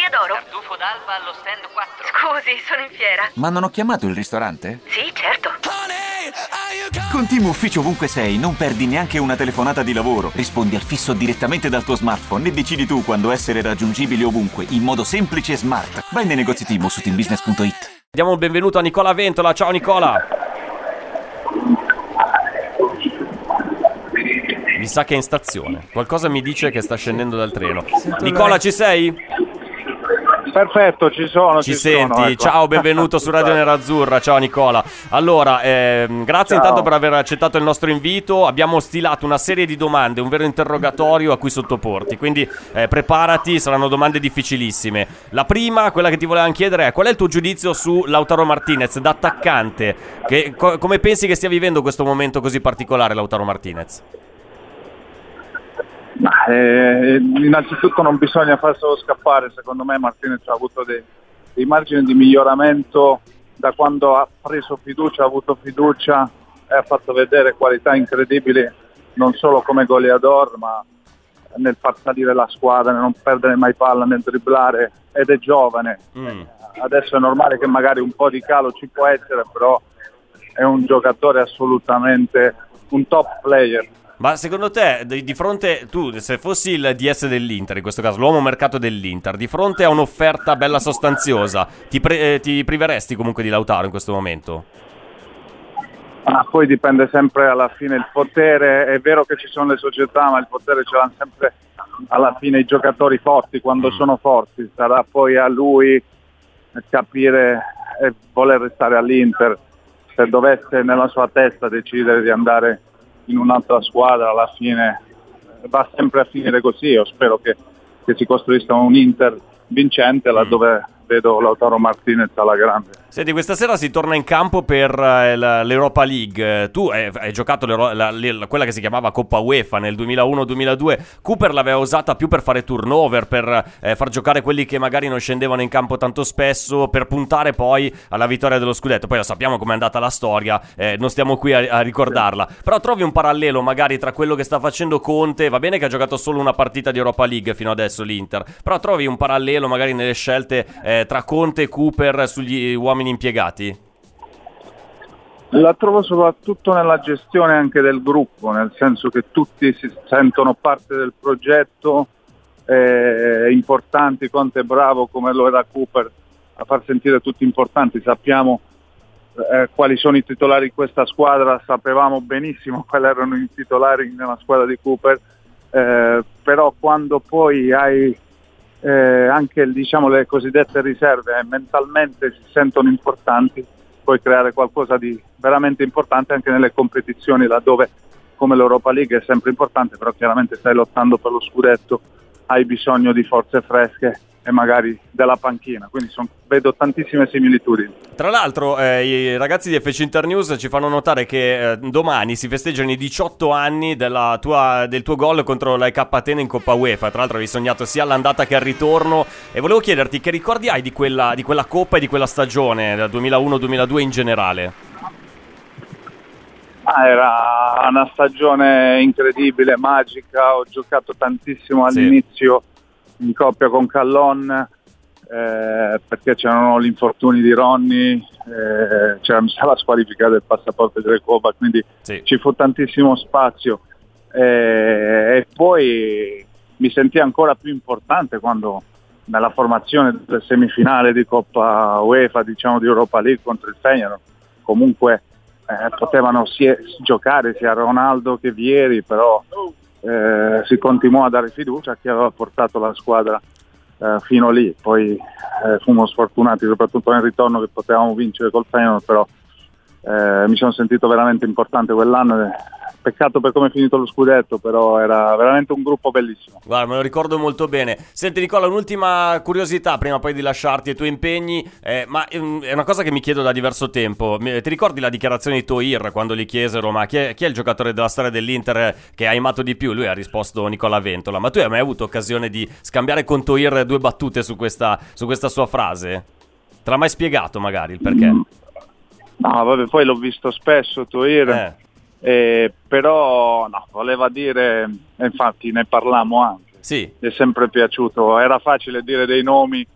Goliadoro. Tartufo d'alba allo stand 4. Scusi, sono in fiera. Ma non ho chiamato il ristorante? Sì, certo. Con Team Ufficio ovunque sei, non perdi neanche una telefonata di lavoro. Rispondi al fisso direttamente dal tuo smartphone e decidi tu quando essere raggiungibile ovunque, in modo semplice e smart. Vai nei negozi Team o su teambusiness.it. Diamo il benvenuto a Nicola Ventola. Ciao Nicola. Mi sa che è in stazione. Qualcosa mi dice che sta scendendo dal treno. Nicola, ci sei? Perfetto, ci sono. Ci senti? Sono, ecco. Ciao, benvenuto su Radio Nerazzurra. Ciao Nicola. Allora, grazie intanto per aver accettato il nostro invito. Abbiamo stilato una serie di domande, un vero interrogatorio a cui sottoporti. Quindi preparati, saranno domande difficilissime. La prima, quella che ti volevamo chiedere è: qual è il tuo giudizio su Lautaro Martinez da attaccante? Come pensi che stia vivendo questo momento così particolare Lautaro Martinez? Innanzitutto non bisogna farselo scappare. Secondo me Martinez ha avuto dei margini di miglioramento da quando ha preso fiducia, ha avuto fiducia e ha fatto vedere qualità incredibili non solo come goleador ma nel far salire la squadra, nel non perdere mai palla, nel dribblare, ed è giovane. Adesso è normale che magari un po' di calo ci può essere, però è un giocatore assolutamente un top player. Ma secondo te, di fronte, tu se fossi il DS dell'Inter, in questo caso l'uomo mercato dell'Inter, di fronte a un'offerta bella sostanziosa, ti priveresti comunque di Lautaro in questo momento? Poi dipende sempre alla fine il potere. È vero che ci sono le società, ma il potere ce l'hanno sempre alla fine i giocatori forti quando sono forti. Sarà poi a lui capire e voler restare all'Inter. Se dovesse nella sua testa decidere di andare in un'altra squadra, alla fine va sempre a finire così. Io spero che si costruisca un Inter vincente laddove vedo Lautaro Martinez alla grande. Senti, questa sera si torna in campo per l'Europa League. Tu hai giocato quella che si chiamava Coppa UEFA nel 2001-2002. Cooper l'aveva usata più per fare turnover, per far giocare quelli che magari non scendevano in campo tanto spesso, per puntare poi alla vittoria dello scudetto. Poi lo sappiamo com'è andata la storia, non stiamo qui a ricordarla. Però trovi un parallelo magari tra quello che sta facendo Conte? Va bene che ha giocato solo una partita di Europa League fino adesso l'Inter, però trovi un parallelo magari nelle scelte tra Conte e Cooper sugli uomini impiegati? La trovo soprattutto nella gestione anche del gruppo, nel senso che tutti si sentono parte del progetto, importanti. Conte è bravo come lo era Cooper a far sentire tutti importanti. Sappiamo quali sono i titolari di questa squadra, sapevamo benissimo quali erano i titolari nella squadra di Cooper, però quando poi hai anche le cosiddette riserve mentalmente si sentono importanti, puoi creare qualcosa di veramente importante anche nelle competizioni laddove, come l'Europa League, è sempre importante, però chiaramente stai lottando per lo scudetto, hai bisogno di forze fresche e magari della panchina, quindi vedo tantissime similitudini. Tra l'altro i ragazzi di FC Internews ci fanno notare che domani si festeggiano i 18 anni del tuo gol contro la EK Atene in Coppa UEFA. Tra l'altro avevi sognato sia all'andata che al ritorno, e volevo chiederti che ricordi hai di quella Coppa e di quella stagione del 2001-2002 in generale? Era una stagione incredibile, magica. Ho giocato tantissimo all'inizio in coppia con Callon, perché c'erano gli infortuni di Ronny, c'era la squalifica del passaporto di Recoba, quindi ci fu tantissimo spazio, e poi mi sentii ancora più importante quando nella formazione del semifinale di Coppa UEFA, di Europa League contro il Feyenoord, comunque potevano giocare sia Ronaldo che Vieri, però si continuò a dare fiducia a chi aveva portato la squadra fino lì. Poi fummo sfortunati soprattutto nel ritorno, che potevamo vincere col Feyenoord, però mi sono sentito veramente importante quell'anno. Peccato per come è finito lo scudetto, però era veramente un gruppo bellissimo. Guarda, me lo ricordo molto bene. Senti Nicola, un'ultima curiosità prima poi di lasciarti ai tuoi impegni, ma è una cosa che mi chiedo da diverso tempo. Ti ricordi la dichiarazione di Toir quando gli chiesero ma chi è il giocatore della storia dell'Inter che hai amato di più? Lui ha risposto Nicola Ventola. Ma tu hai mai avuto occasione di scambiare con Toir due battute su questa sua frase? Te l'ha mai spiegato magari il perché? No, vabbè, poi l'ho visto spesso Toir. Però no, voleva dire, infatti ne parlammo anche, sì. Mi è sempre piaciuto, era facile dire dei nomi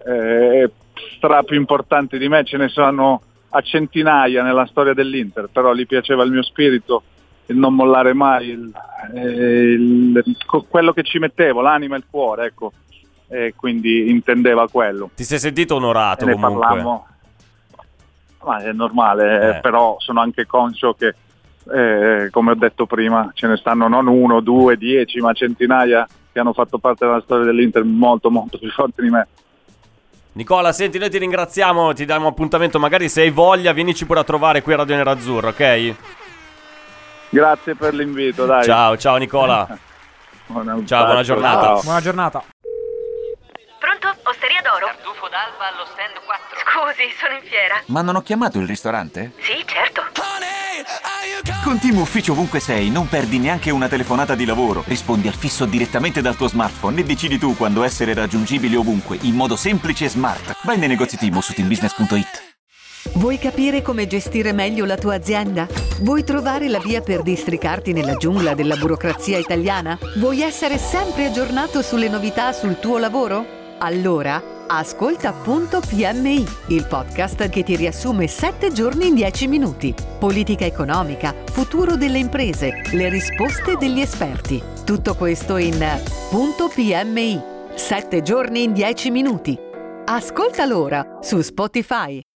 stra più importanti di me ce ne sono a centinaia nella storia dell'Inter, però gli piaceva il mio spirito, il non mollare mai, quello che ci mettevo, l'anima e il cuore, ecco, e quindi intendeva quello. Ti sei sentito onorato Ne comunque? parlammo. Ma è normale, però sono anche conscio che, come ho detto prima, ce ne stanno non 1, 2, 10, ma centinaia che hanno fatto parte della storia dell'Inter molto molto più forti di me. Nicola, senti, noi ti ringraziamo, ti diamo appuntamento, magari se hai voglia vienici pure a trovare qui a Radio Nerazzurro, ok? Grazie per l'invito, dai. Ciao Nicola. Ciao, buona giornata. Ciao. Buona giornata. Pronto? Osteria d'Oro? Tartufo d'Alba allo stand 4. Scusi, sono in fiera. Ma non ho chiamato il ristorante? Sì, certo. Con Team Ufficio ovunque sei non perdi neanche una telefonata di lavoro. Rispondi al fisso direttamente dal tuo smartphone e decidi tu quando essere raggiungibile ovunque, in modo semplice e smart. Vai nei negozi Team su teambusiness.it. Vuoi capire come gestire meglio la tua azienda? Vuoi trovare la via per districarti nella giungla della burocrazia italiana? Vuoi essere sempre aggiornato sulle novità sul tuo lavoro? Allora, ascolta Punto PMI, il podcast che ti riassume 7 giorni in 10 minuti. Politica economica, futuro delle imprese, le risposte degli esperti. Tutto questo in Punto PMI, 7 giorni in 10 minuti. Ascoltalo ora su Spotify.